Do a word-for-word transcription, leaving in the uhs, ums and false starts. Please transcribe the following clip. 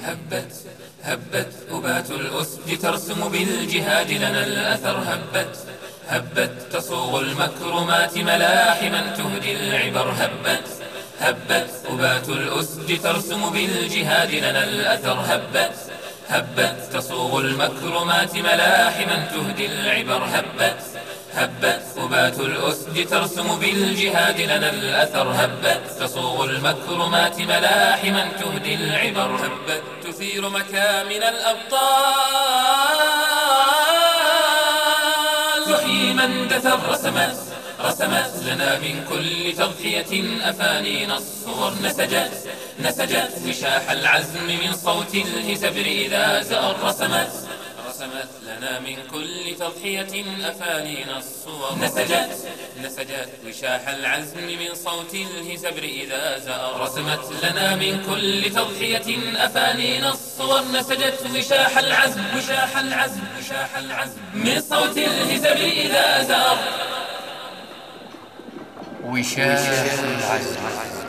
هبت هبت أبات الأسد ترسم بالجهاد لنا الأثر. هبت هبت تصوغ المكرمات ملاحما تهدي العبر. هبت هبت أبات الأسد ترسم بالجهاد لنا الأثر. هبت هبت تصوغ المكرمات ملاحما تهدي العبر. هبت هبت أبات الأسد ترسم بالجهاد لنا الأثر. هبت تصوغ المكرمات ملاحما تهدي العبر. هبت تثير مكامن الأبطال تحيي من دثر. رسمت رسمت لنا من كل تضحية أفانين الصور. نسجت نسجت وشاح العزم من صوت الهزبر إذا زأر. رسمت رسمت لنا من كل تضحية أفانين الصور. نسجت نسجت وشاح العزم من صوت الهزبر إذا زأر. رسمت لنا من كل تضحية أفانين الصور. نسجت وشاح العزم وشاح العزم وشاح العزم من صوت الهزبر إذا زأر. وشاح العزم.